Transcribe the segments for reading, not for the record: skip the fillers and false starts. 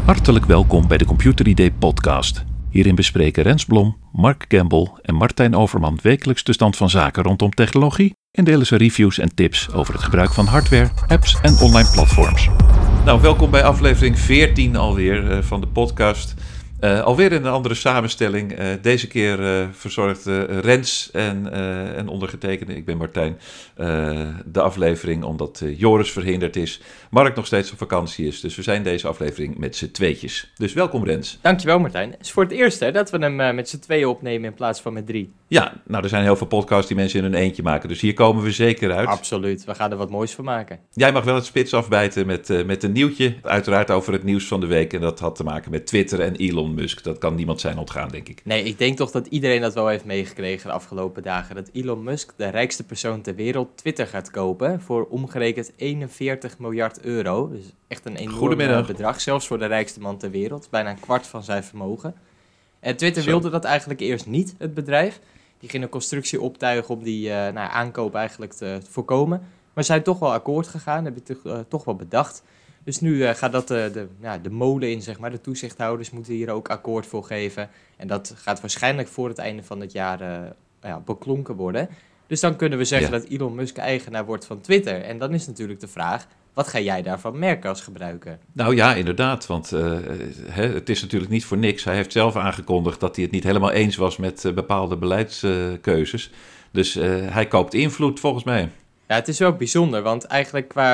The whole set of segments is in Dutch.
Hartelijk welkom bij de Computer ID podcast. Hierin bespreken Rens Blom, Mark Campbell en Martijn Overman wekelijks de stand van zaken rondom technologie en delen ze reviews en tips over het gebruik van hardware, apps en online platforms. Nou, welkom bij aflevering 14 alweer van de podcast. Alweer in een andere samenstelling. Deze keer verzorgt Rens en ondergetekende, ik ben Martijn, de aflevering omdat Joris verhinderd is. Mark nog steeds op vakantie is, dus we zijn deze aflevering met z'n tweetjes. Dus welkom Rens. Dankjewel Martijn. Het is voor het eerst hè, dat we hem met z'n tweeën opnemen in plaats van met 3. Ja, nou er zijn heel veel podcasts die mensen in hun eentje maken, dus hier komen we zeker uit. Absoluut, we gaan er wat moois van maken. Jij mag wel het spits afbijten met een nieuwtje, uiteraard over het nieuws van de week. En dat had te maken met Twitter en Elon Musk. Dat kan niemand zijn ontgaan, denk ik. Nee, ik denk toch dat iedereen dat wel heeft meegekregen de afgelopen dagen. Dat Elon Musk, de rijkste persoon ter wereld, Twitter gaat kopen voor omgerekend 41 miljard euro. Dus echt een enorm bedrag, zelfs voor de rijkste man ter wereld. Bijna een kwart van zijn vermogen. En Twitter wilde dat eigenlijk eerst niet, het bedrijf. Die ging een constructie optuigen om die aankoop eigenlijk te voorkomen. Maar ze zijn toch wel akkoord gegaan, hebben toch wel bedacht. Dus nu gaat dat de molen in, zeg maar. De toezichthouders moeten hier ook akkoord voor geven. En dat gaat waarschijnlijk voor het einde van het jaar beklonken worden. Dus dan kunnen we zeggen dat Elon Musk eigenaar wordt van Twitter. En dan is natuurlijk de vraag, wat ga jij daarvan merken als gebruiker? Nou ja, inderdaad, want het is natuurlijk niet voor niks. Hij heeft zelf aangekondigd dat hij het niet helemaal eens was met bepaalde beleidskeuzes. Dus hij koopt invloed volgens mij. Ja, het is wel bijzonder, want eigenlijk qua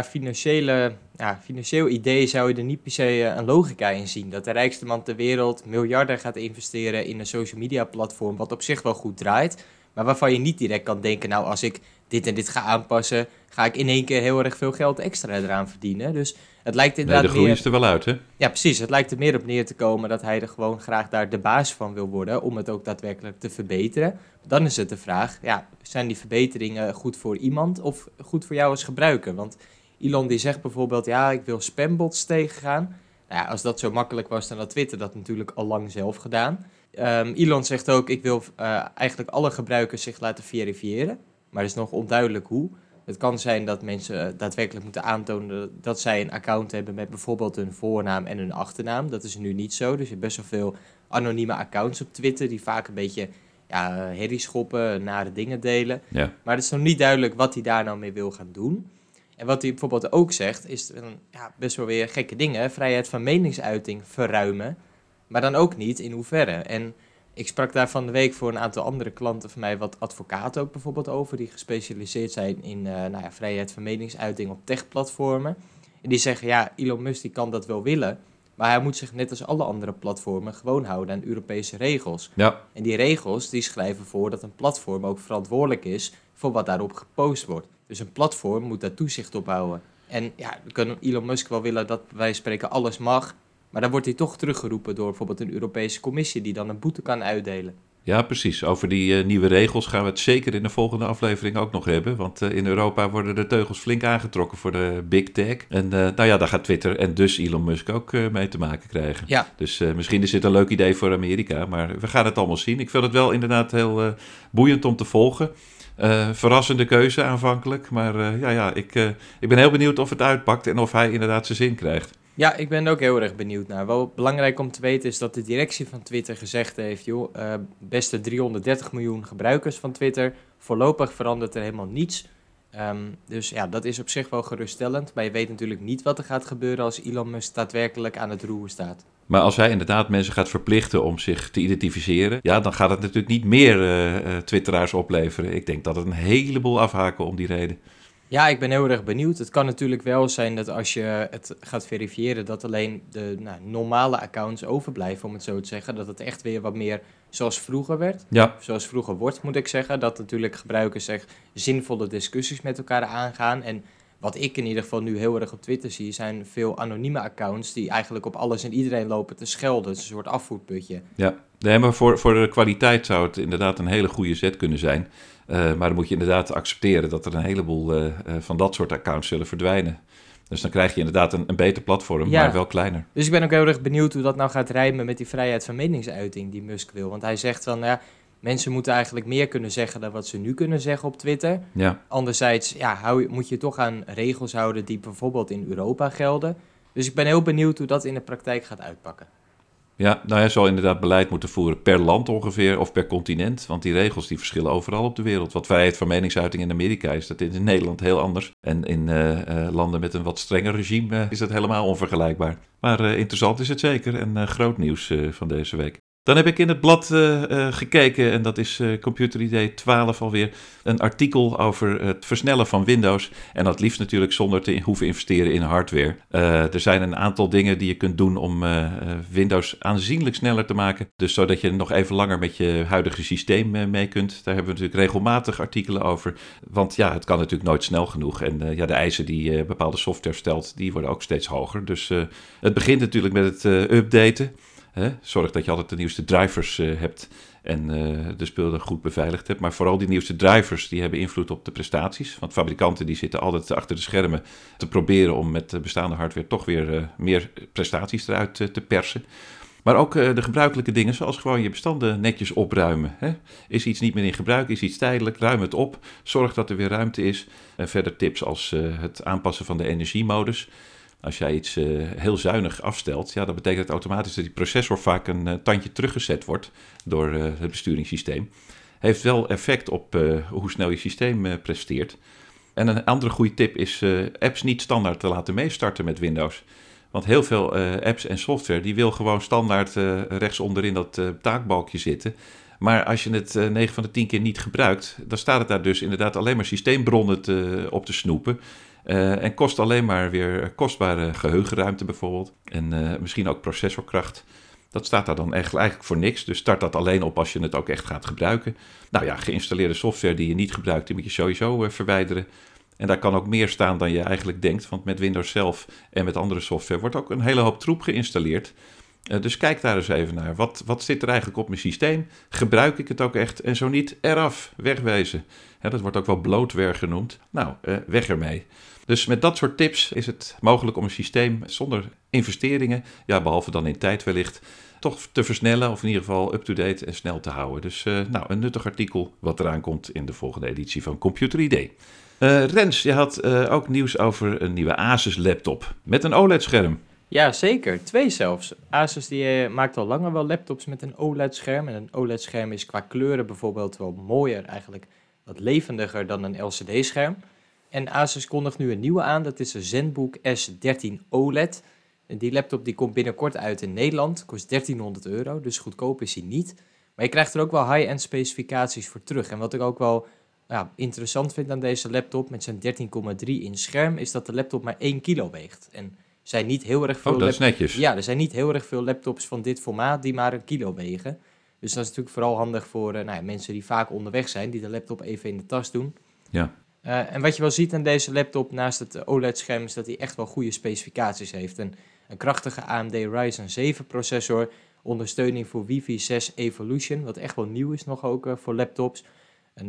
financieel idee zou je er niet per se een logica in zien. Dat de rijkste man ter wereld miljarden gaat investeren in een social media platform, wat op zich wel goed draait. Maar waarvan je niet direct kan denken, nou als ik dit en dit ga aanpassen, ga ik in één keer heel erg veel geld extra eraan verdienen. Dus het lijkt inderdaad de groei is er wel uit, hè? Ja, precies. Het lijkt er meer op neer te komen dat hij er gewoon graag daar de baas van wil worden, om het ook daadwerkelijk te verbeteren. Dan is het de vraag, zijn die verbeteringen goed voor iemand of goed voor jou als gebruiker? Want Elon die zegt bijvoorbeeld, ik wil spambots tegengaan. Nou ja, als dat zo makkelijk was, dan had Twitter dat natuurlijk al lang zelf gedaan. Elon zegt ook, ik wil eigenlijk alle gebruikers zich laten verifiëren. Maar het is nog onduidelijk hoe. Het kan zijn dat mensen daadwerkelijk moeten aantonen dat zij een account hebben met bijvoorbeeld hun voornaam en hun achternaam. Dat is nu niet zo. Dus je hebt best wel veel anonieme accounts op Twitter die vaak een beetje herrie schoppen, nare dingen delen. Ja. Maar het is nog niet duidelijk wat hij daar nou mee wil gaan doen. En wat hij bijvoorbeeld ook zegt, is best wel weer gekke dingen. Vrijheid van meningsuiting verruimen, maar dan ook niet in hoeverre. En ik sprak daar van de week voor een aantal andere klanten van mij, wat advocaten ook bijvoorbeeld over, die gespecialiseerd zijn in vrijheid van meningsuiting op techplatformen. En die zeggen, Elon Musk die kan dat wel willen, maar hij moet zich net als alle andere platformen gewoon houden aan Europese regels. Ja. En die regels die schrijven voor dat een platform ook verantwoordelijk is voor wat daarop gepost wordt. Dus een platform moet daar toezicht op houden. En dan kan Elon Musk wel willen dat wij spreken alles mag, maar dan wordt hij toch teruggeroepen door bijvoorbeeld een Europese commissie die dan een boete kan uitdelen. Ja, precies. Over die nieuwe regels gaan we het zeker in de volgende aflevering ook nog hebben. Want in Europa worden de teugels flink aangetrokken voor de big tech. En daar gaat Twitter en dus Elon Musk ook mee te maken krijgen. Ja. Dus misschien is dit een leuk idee voor Amerika, maar we gaan het allemaal zien. Ik vind het wel inderdaad heel boeiend om te volgen. Verrassende keuze aanvankelijk, maar ik ben heel benieuwd of het uitpakt en of hij inderdaad zijn zin krijgt. Ja, ik ben ook heel erg benieuwd naar. Wel belangrijk om te weten is dat de directie van Twitter gezegd heeft, beste 330 miljoen gebruikers van Twitter, voorlopig verandert er helemaal niets. Dus dat is op zich wel geruststellend, maar je weet natuurlijk niet wat er gaat gebeuren als Elon Musk daadwerkelijk aan het roer staat. Maar als hij inderdaad mensen gaat verplichten om zich te identificeren, dan gaat het natuurlijk niet meer twitteraars opleveren. Ik denk dat het een heleboel afhaken om die reden. Ja, ik ben heel erg benieuwd. Het kan natuurlijk wel zijn dat als je het gaat verifiëren, dat alleen de normale accounts overblijven, om het zo te zeggen. Dat het echt weer wat meer zoals vroeger werd. Ja. Zoals vroeger wordt, moet ik zeggen. Dat natuurlijk gebruikers echt zinvolle discussies met elkaar aangaan. En wat ik in ieder geval nu heel erg op Twitter zie, zijn veel anonieme accounts die eigenlijk op alles en iedereen lopen te schelden. Het is een soort afvoerputje. Ja, maar voor de kwaliteit zou het inderdaad een hele goede zet kunnen zijn. Maar dan moet je inderdaad accepteren dat er een heleboel van dat soort accounts zullen verdwijnen. Dus dan krijg je inderdaad een beter platform, maar wel kleiner. Dus ik ben ook heel erg benieuwd hoe dat nou gaat rijmen met die vrijheid van meningsuiting die Musk wil. Want hij zegt van, mensen moeten eigenlijk meer kunnen zeggen dan wat ze nu kunnen zeggen op Twitter. Ja. Anderzijds moet je toch aan regels houden die bijvoorbeeld in Europa gelden. Dus ik ben heel benieuwd hoe dat in de praktijk gaat uitpakken. Ja, nou hij zal inderdaad beleid moeten voeren per land ongeveer of per continent. Want die regels die verschillen overal op de wereld. Wat vrijheid van meningsuiting in Amerika is, dat is in Nederland heel anders. En in landen met een wat strenger regime is dat helemaal onvergelijkbaar. Maar interessant is het zeker en groot nieuws van deze week. Dan heb ik in het blad gekeken, en dat is Computer ID 12 alweer, een artikel over het versnellen van Windows. En dat liefst natuurlijk zonder te hoeven investeren in hardware. Er zijn een aantal dingen die je kunt doen om Windows aanzienlijk sneller te maken. Dus zodat je nog even langer met je huidige systeem mee kunt. Daar hebben we natuurlijk regelmatig artikelen over. Want ja, het kan natuurlijk nooit snel genoeg. En de eisen die bepaalde software stelt, die worden ook steeds hoger. Dus het begint natuurlijk met het updaten. Zorg dat je altijd de nieuwste drivers hebt en de spullen goed beveiligd hebt. Maar vooral die nieuwste drivers die hebben invloed op de prestaties. Want fabrikanten die zitten altijd achter de schermen te proberen om met bestaande hardware toch weer meer prestaties eruit te persen. Maar ook de gebruikelijke dingen zoals gewoon je bestanden netjes opruimen. Is iets niet meer in gebruik, is iets tijdelijk, ruim het op. Zorg dat er weer ruimte is. En verder tips als het aanpassen van de energiemodus. Als jij iets heel zuinig afstelt, ja, dan betekent het automatisch dat die processor vaak een tandje teruggezet wordt door het besturingssysteem. Heeft wel effect op hoe snel je systeem presteert. En een andere goede tip is apps niet standaard te laten meestarten met Windows. Want heel veel apps en software die wil gewoon standaard rechts onderin dat taakbalkje zitten. Maar als je het 9 van de 10 keer niet gebruikt, dan staat het daar dus inderdaad alleen maar systeembronnen op te snoepen. En kost alleen maar weer kostbare geheugenruimte bijvoorbeeld. En misschien ook processorkracht. Dat staat daar dan eigenlijk voor niks. Dus start dat alleen op als je het ook echt gaat gebruiken. Nou ja, geïnstalleerde software die je niet gebruikt, die moet je sowieso verwijderen. En daar kan ook meer staan dan je eigenlijk denkt. Want met Windows zelf en met andere software wordt ook een hele hoop troep geïnstalleerd. Dus kijk daar eens even naar. Wat zit er eigenlijk op mijn systeem? Gebruik ik het ook echt? En zo niet, eraf, wegwezen. Dat wordt ook wel bloatware genoemd. Nou, weg ermee. Dus met dat soort tips is het mogelijk om een systeem zonder investeringen, ja, behalve dan in tijd wellicht, toch te versnellen of in ieder geval up-to-date en snel te houden. Dus een nuttig artikel wat eraan komt in de volgende editie van Computer ID. Rens, je had ook nieuws over een nieuwe Asus laptop met een OLED-scherm. Ja, zeker. 2 zelfs. Asus die maakt al langer wel laptops met een OLED-scherm. En een OLED-scherm is qua kleuren bijvoorbeeld wel mooier, eigenlijk wat levendiger dan een LCD-scherm. En Asus kondigt nu een nieuwe aan, dat is de ZenBook S13 OLED. En die laptop die komt binnenkort uit in Nederland, kost €1300, dus goedkoop is hij niet. Maar je krijgt er ook wel high-end specificaties voor terug. En wat ik ook wel interessant vind aan deze laptop met zijn 13,3 inch scherm, is dat de laptop maar 1 kilo weegt. En er zijn niet heel erg veel dat is netjes. Ja, er zijn niet heel erg veel laptops van dit formaat die maar 1 kilo wegen. Dus dat is natuurlijk vooral handig voor mensen die vaak onderweg zijn, die de laptop even in de tas doen. Ja. En wat je wel ziet aan deze laptop, naast het OLED-scherm, is dat hij echt wel goede specificaties heeft. Een krachtige AMD Ryzen 7 processor, ondersteuning voor Wi-Fi 6 Evolution, wat echt wel nieuw is nog ook voor laptops. Een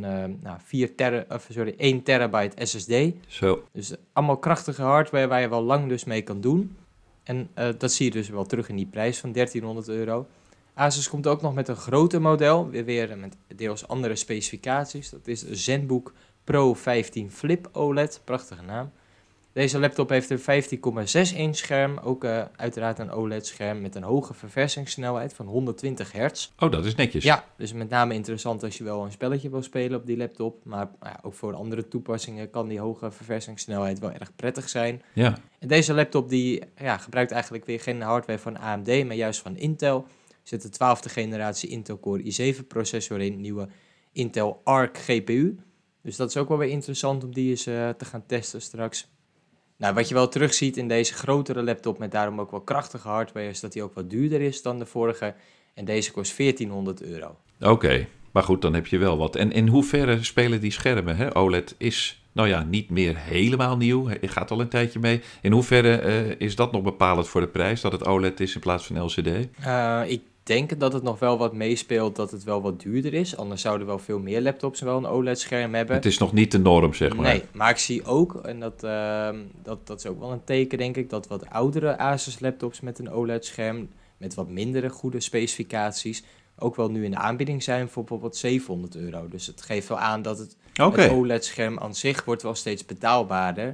1 terabyte SSD. Zo. Dus allemaal krachtige hardware waar je wel lang dus mee kan doen. En dat zie je dus wel terug in die prijs van €1300. Asus komt ook nog met een groter model, weer met deels andere specificaties. Dat is de ZenBook Pro 15 Flip OLED, prachtige naam. Deze laptop heeft een 15,6 inch scherm, ook uiteraard een OLED-scherm met een hoge verversingssnelheid van 120 Hz. Oh, dat is netjes. Ja, dus met name interessant als je wel een spelletje wil spelen op die laptop. Maar ook voor andere toepassingen kan die hoge verversingssnelheid wel erg prettig zijn. Ja. En deze laptop die gebruikt eigenlijk weer geen hardware van AMD, maar juist van Intel. Er zit de 12e generatie Intel Core i7 processor in, nieuwe Intel Arc GPU. Dus dat is ook wel weer interessant om die eens te gaan testen straks. Nou, wat je wel terugziet in deze grotere laptop met daarom ook wel krachtige hardware, is dat die ook wat duurder is dan de vorige. En deze kost €1400. Oké, maar goed, dan heb je wel wat. En in hoeverre spelen die schermen? Hè? OLED is, niet meer helemaal nieuw. Het gaat al een tijdje mee. In hoeverre is dat nog bepalend voor de prijs, dat het OLED is in plaats van LCD? Ik denk dat het nog wel wat meespeelt dat het wel wat duurder is. Anders zouden wel veel meer laptops wel een OLED-scherm hebben. Het is nog niet de norm, zeg maar. Nee, maar ik zie ook, en dat is ook wel een teken, denk ik, dat wat oudere Asus-laptops met een OLED-scherm, met wat mindere goede specificaties, ook wel nu in de aanbieding zijn voor bijvoorbeeld €700. Dus het geeft wel aan dat het OLED-scherm aan zich wordt wel steeds betaalbaarder.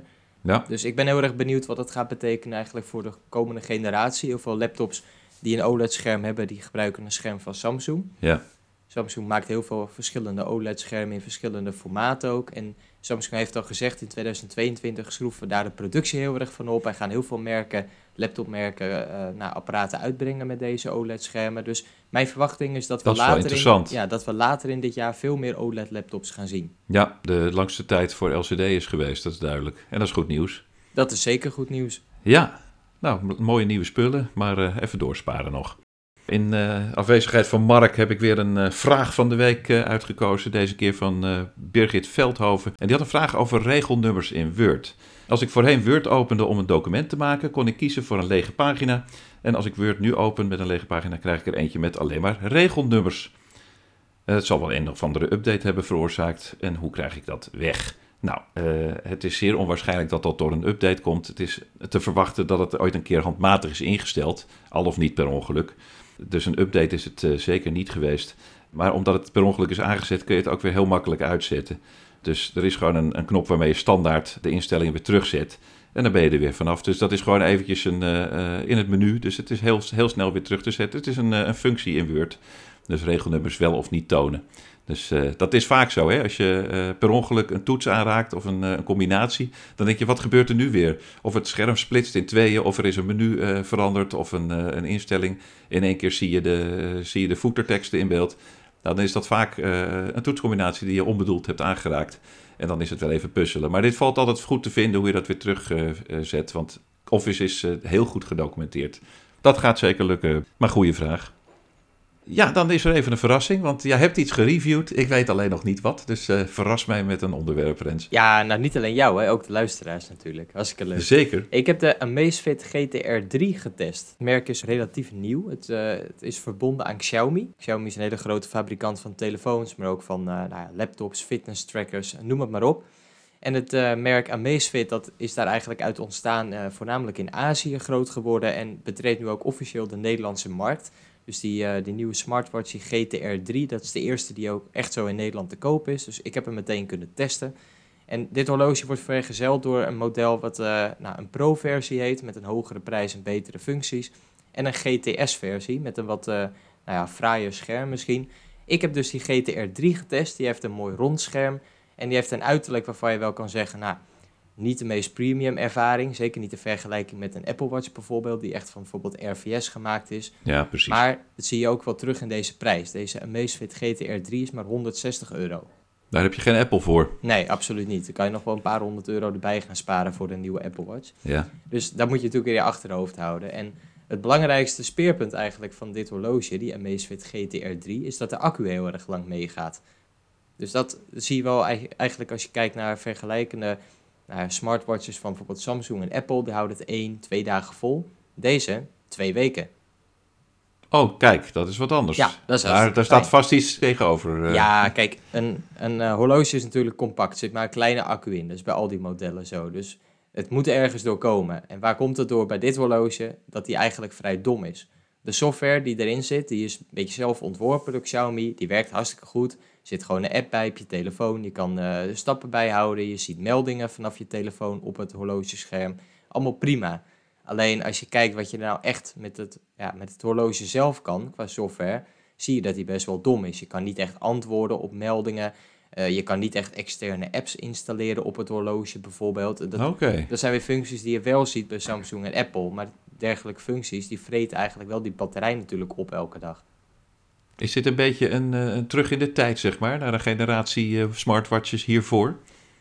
Ja, Dus ik ben heel erg benieuwd wat dat gaat betekenen eigenlijk voor de komende generatie. Heel veel laptops die een OLED-scherm hebben, die gebruiken een scherm van Samsung. ja. Samsung maakt heel veel verschillende OLED-schermen in verschillende formaten ook. En Samsung heeft al gezegd, in 2022 schroeven we daar de productie heel erg van op. En gaan heel veel merken, laptopmerken, apparaten uitbrengen met deze OLED-schermen. Dus mijn verwachting is Dat is wel interessant. dat we later in dit jaar veel meer OLED-laptops gaan zien. Ja, de langste tijd voor LCD is geweest, dat is duidelijk. En dat is goed nieuws. Dat is zeker goed nieuws. Ja, nou, mooie nieuwe spullen, maar even doorsparen nog. In afwezigheid van Mark heb ik weer een vraag van de week uitgekozen. Deze keer van Birgit Veldhoven. En die had een vraag over regelnummers in Word. Als ik voorheen Word opende om een document te maken, kon ik kiezen voor een lege pagina. En als ik Word nu open met een lege pagina, krijg ik er eentje met alleen maar regelnummers. Het zal wel een of andere update hebben veroorzaakt. En hoe krijg ik dat weg? Nou, het is zeer onwaarschijnlijk dat dat door een update komt. Het is te verwachten dat het ooit een keer handmatig is ingesteld, al of niet per ongeluk. Dus een update is het zeker niet geweest. Maar omdat het per ongeluk is aangezet, kun je het ook weer heel makkelijk uitzetten. Dus er is gewoon een knop waarmee je standaard de instellingen weer terugzet. En dan ben je er weer vanaf. Dus dat is gewoon eventjes in het menu. Dus het is heel snel weer terug te zetten. Het is een functie in Word. Dus regelnummers wel of niet tonen. Dus dat is vaak zo, hè? Als je per ongeluk een toets aanraakt of een combinatie, dan denk je, wat gebeurt er nu weer? Of het scherm splitst in tweeën, of er is een menu veranderd, of een instelling. In één keer zie je de footerteksten in beeld. Nou, dan is dat vaak een toetscombinatie die je onbedoeld hebt aangeraakt. En dan is het wel even puzzelen. Maar dit valt altijd goed te vinden hoe je dat weer terugzet, want Office is heel goed gedocumenteerd. Dat gaat zeker lukken, maar goede vraag. Ja, dan is er even een verrassing, want jij hebt iets gereviewd. Ik weet alleen nog niet wat, dus verras mij met een onderwerp, Rens. Ja, nou niet alleen jou, hè, ook de luisteraars natuurlijk. Hartstikke leuk. Zeker. Ik heb de Amazfit GTR 3 getest. Het merk is relatief nieuw. Het is verbonden aan Xiaomi. Xiaomi is een hele grote fabrikant van telefoons, maar ook van laptops, fitness trackers, noem het maar op. En het merk Amazfit, dat is daar eigenlijk uit ontstaan, voornamelijk in Azië groot geworden en betreedt nu ook officieel de Nederlandse markt. Dus die nieuwe smartwatch, die GTR 3, dat is de eerste die ook echt zo in Nederland te koop is. Dus ik heb hem meteen kunnen testen. En dit horloge wordt vergezeld door een model wat een Pro-versie heet, met een hogere prijs en betere functies. En een GTS-versie met een wat fraaier scherm misschien. Ik heb dus die GTR 3 getest, die heeft een mooi rond scherm. En die heeft een uiterlijk waarvan je wel kan zeggen, niet de meest premium ervaring. Zeker niet in vergelijking met een Apple Watch bijvoorbeeld, die echt van bijvoorbeeld RVS gemaakt is. Ja, precies. Maar dat zie je ook wel terug in deze prijs. Deze Amazfit GTR 3 is maar €160. Daar heb je geen Apple voor. Nee, absoluut niet. Dan kan je nog wel een paar €100 erbij gaan sparen voor de nieuwe Apple Watch. Ja. Dus dat moet je natuurlijk in je achterhoofd houden. En het belangrijkste speerpunt eigenlijk van dit horloge, die Amazfit GTR 3, is dat de accu heel erg lang meegaat. Dus dat zie je wel eigenlijk als je kijkt naar vergelijkende smartwatches van bijvoorbeeld Samsung en Apple. Die houden het 1-2 dagen vol. Deze 2 weken. Oh, kijk, dat is wat anders. Ja, dat is daar staat vast iets tegenover. Ja, kijk, een horloge is natuurlijk compact. Er zit maar een kleine accu in. Dat is bij al die modellen zo. Dus het moet ergens door komen. En waar komt het door bij dit horloge? Dat die eigenlijk vrij dom is. De software die erin zit, die is een beetje zelf ontworpen door Xiaomi. Die werkt hartstikke goed. Er zit gewoon een app bij op je telefoon. Je kan de stappen bijhouden. Je ziet meldingen vanaf je telefoon op het horlogescherm. Allemaal prima. Alleen als je kijkt wat je nou echt met het horloge zelf kan, qua software, zie je dat die best wel dom is. Je kan niet echt antwoorden op meldingen. Je kan niet echt externe apps installeren op het horloge bijvoorbeeld. Dat zijn weer functies die je wel ziet bij Samsung en Apple. Maar dergelijke functies, die vreten eigenlijk wel die batterij natuurlijk op elke dag. Is dit een beetje een terug in de tijd, zeg maar, naar een generatie smartwatches hiervoor?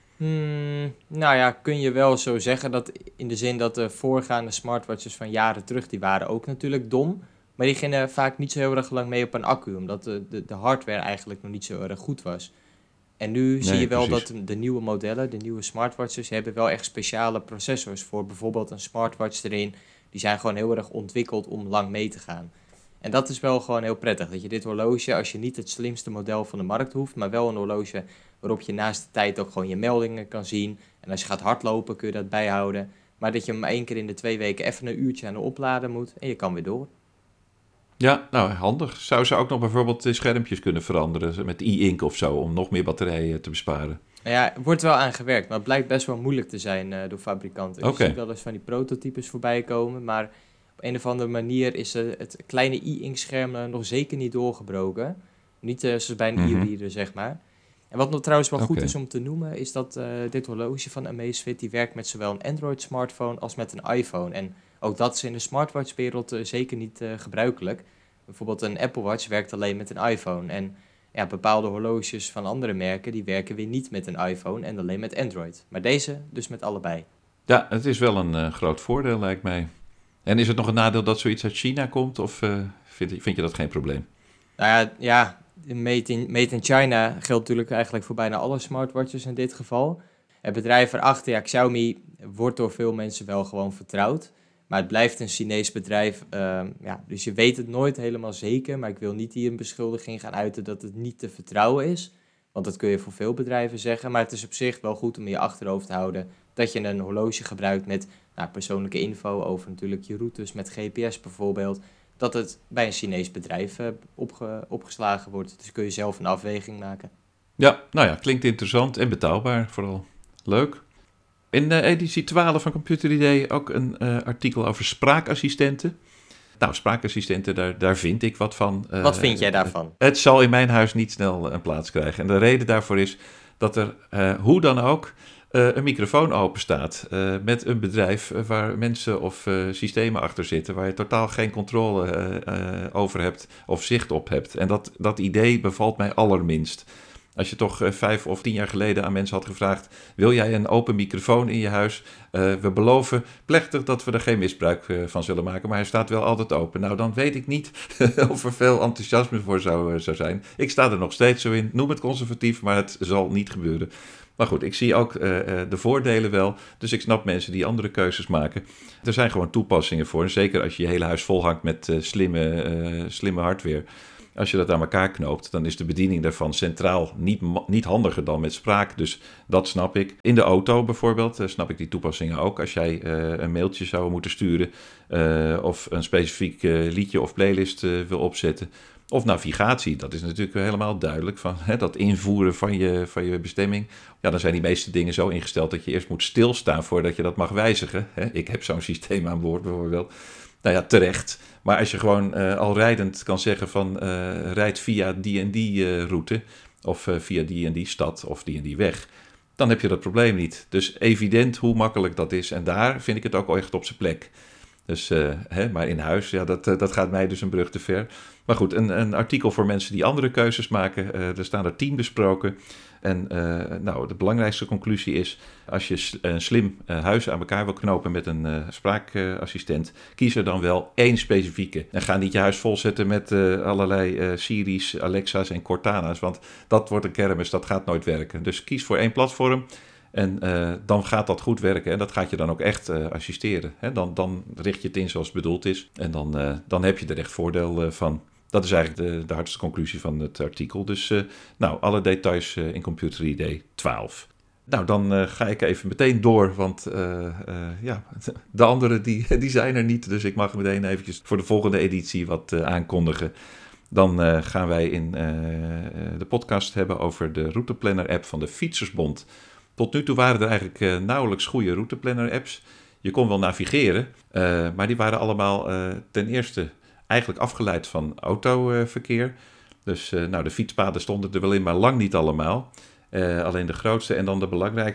Kun je wel zo zeggen, dat in de zin dat de voorgaande smartwatches van jaren terug, die waren ook natuurlijk dom. Maar die gingen vaak niet zo heel erg lang mee op een accu, omdat de hardware eigenlijk nog niet zo erg goed was. En nu zie je wel dat de nieuwe modellen, de nieuwe smartwatches, hebben wel echt speciale processors voor bijvoorbeeld een smartwatch erin. Die zijn gewoon heel erg ontwikkeld om lang mee te gaan. En dat is wel gewoon heel prettig, dat je dit horloge, als je niet het slimste model van de markt hoeft, maar wel een horloge waarop je naast de tijd ook gewoon je meldingen kan zien. En als je gaat hardlopen kun je dat bijhouden. Maar dat je hem 1 keer in de 2 weken even een uurtje aan de opladen moet en je kan weer door. Ja, nou handig. Zou ze ook nog bijvoorbeeld de schermpjes kunnen veranderen met e-ink of zo, om nog meer batterijen te besparen? Ja, er wordt wel aan gewerkt, maar het blijkt best wel moeilijk te zijn door fabrikanten. Je Oké. ziet wel eens van die prototypes voorbij komen, maar op een of andere manier is het kleine e-ink-scherm nog zeker niet doorgebroken. Niet zoals bij een Mhm. e-reader, zeg maar. En wat nog trouwens wel goed Oké. is om te noemen, is dat dit horloge van Amazfit, die werkt met zowel een Android-smartphone als met een iPhone. En ook dat is in de smartwatch-wereld zeker niet gebruikelijk. Bijvoorbeeld een Apple Watch werkt alleen met een iPhone. En ja, bepaalde horloges van andere merken, die werken weer niet met een iPhone en alleen met Android. Maar deze dus met allebei. Ja, het is wel een groot voordeel, lijkt mij. En is het nog een nadeel dat zoiets uit China komt? Of vind je dat geen probleem? Nou ja, made in China geldt natuurlijk eigenlijk voor bijna alle smartwatches in dit geval. Het bedrijf erachter, ja, Xiaomi, wordt door veel mensen wel gewoon vertrouwd. Maar het blijft een Chinees bedrijf, ja, dus je weet het nooit helemaal zeker. Maar ik wil niet hier een beschuldiging gaan uiten dat het niet te vertrouwen is. Want dat kun je voor veel bedrijven zeggen. Maar het is op zich wel goed om in je achterhoofd te houden dat je een horloge gebruikt met persoonlijke info over natuurlijk je routes, met GPS bijvoorbeeld, dat het bij een Chinees bedrijf opgeslagen wordt. Dus kun je zelf een afweging maken. Ja, nou ja, klinkt interessant en betaalbaar vooral. Leuk. In editie 12 van Computer ID ook een artikel over spraakassistenten. Nou, spraakassistenten, daar vind ik wat van. Wat vind jij daarvan? Het zal in mijn huis niet snel een plaats krijgen. En de reden daarvoor is dat er hoe dan ook een microfoon open staat met een bedrijf waar mensen of systemen achter zitten waar je totaal geen controle over hebt of zicht op hebt. En dat idee bevalt mij allerminst. Als je toch 5 of 10 jaar geleden aan mensen had gevraagd, wil jij een open microfoon in je huis? We beloven plechtig dat we er geen misbruik van zullen maken, maar hij staat wel altijd open. Nou, dan weet ik niet of er veel enthousiasme voor zou zijn. Ik sta er nog steeds zo in, noem het conservatief, maar het zal niet gebeuren. Maar goed, ik zie ook de voordelen wel, dus ik snap mensen die andere keuzes maken. Er zijn gewoon toepassingen voor, en zeker als je je hele huis volhangt met slimme hardware. Als je dat aan elkaar knoopt, dan is de bediening daarvan centraal niet handiger dan met spraak. Dus dat snap ik. In de auto bijvoorbeeld snap ik die toepassingen ook. Als jij een mailtje zou moeten sturen of een specifiek liedje of playlist wil opzetten. Of navigatie, dat is natuurlijk helemaal duidelijk. Van, dat invoeren van je bestemming. Ja, dan zijn die meeste dingen zo ingesteld dat je eerst moet stilstaan voordat je dat mag wijzigen. Ik heb zo'n systeem aan boord bijvoorbeeld. Nou ja, terecht. Maar als je gewoon al rijdend kan zeggen van rijd via die en die route of via die en die stad of die en die weg, dan heb je dat probleem niet. Dus evident hoe makkelijk dat is en daar vind ik het ook echt op zijn plek. Dus, maar in huis, ja, dat gaat mij dus een brug te ver. Maar goed, een artikel voor mensen die andere keuzes maken. Er staan er 10 besproken. En nou, de belangrijkste conclusie is, als je een slim huis aan elkaar wil knopen met een spraakassistent, kies er dan wel één specifieke. En ga niet je huis volzetten met allerlei Siri's, Alexa's en Cortana's, want dat wordt een kermis, dat gaat nooit werken. Dus kies voor één platform. En dan gaat dat goed werken en dat gaat je dan ook echt assisteren. Hè? Dan richt je het in zoals het bedoeld is en dan heb je er echt voordeel van. Dat is eigenlijk de hardste conclusie van het artikel. Dus nou, alle details in Computer ID 12. Nou, dan ga ik even meteen door, want ja, de anderen die zijn er niet. Dus ik mag meteen eventjes voor de volgende editie wat aankondigen. Dan gaan wij in de podcast hebben over de routeplanner-app van de Fietsersbond. Tot nu toe waren er eigenlijk nauwelijks goede routeplanner-apps. Je kon wel navigeren, maar die waren allemaal ten eerste eigenlijk afgeleid van autoverkeer. Dus nou, de fietspaden stonden er wel in, maar lang niet allemaal. Alleen de grootste en dan het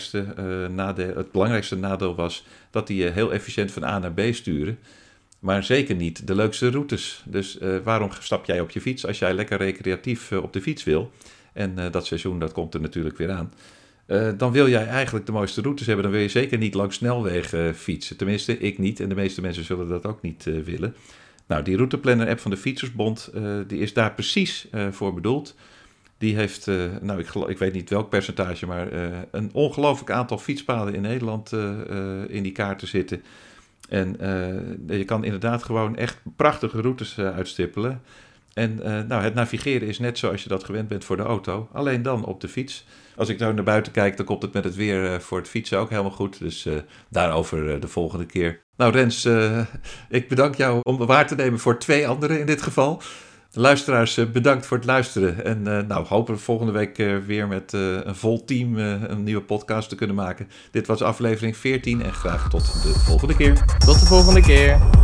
belangrijkste nadeel was dat die heel efficiënt van A naar B sturen. Maar zeker niet de leukste routes. Dus waarom stap jij op je fiets als jij lekker recreatief op de fiets wil? En dat seizoen, dat komt er natuurlijk weer aan. Dan wil jij eigenlijk de mooiste routes hebben. Dan wil je zeker niet langs snelwegen fietsen. Tenminste, ik niet. En de meeste mensen zullen dat ook niet willen. Nou, die routeplanner-app van de Fietsersbond, die is daar precies voor bedoeld. Die heeft, nou ik weet niet welk percentage, maar een ongelooflijk aantal fietspaden in Nederland in die kaarten zitten. En je kan inderdaad gewoon echt prachtige routes uitstippelen. En nou, het navigeren is net zoals je dat gewend bent voor de auto, alleen dan op de fiets. Als ik zo naar buiten kijk, dan komt het met het weer voor het fietsen ook helemaal goed. Dus daarover de volgende keer. Nou Rens, ik bedank jou om me waar te nemen voor 2 anderen in dit geval. Luisteraars, bedankt voor het luisteren. En hopen we volgende week weer met een vol team een nieuwe podcast te kunnen maken. Dit was aflevering 14 en graag tot de volgende keer. Tot de volgende keer.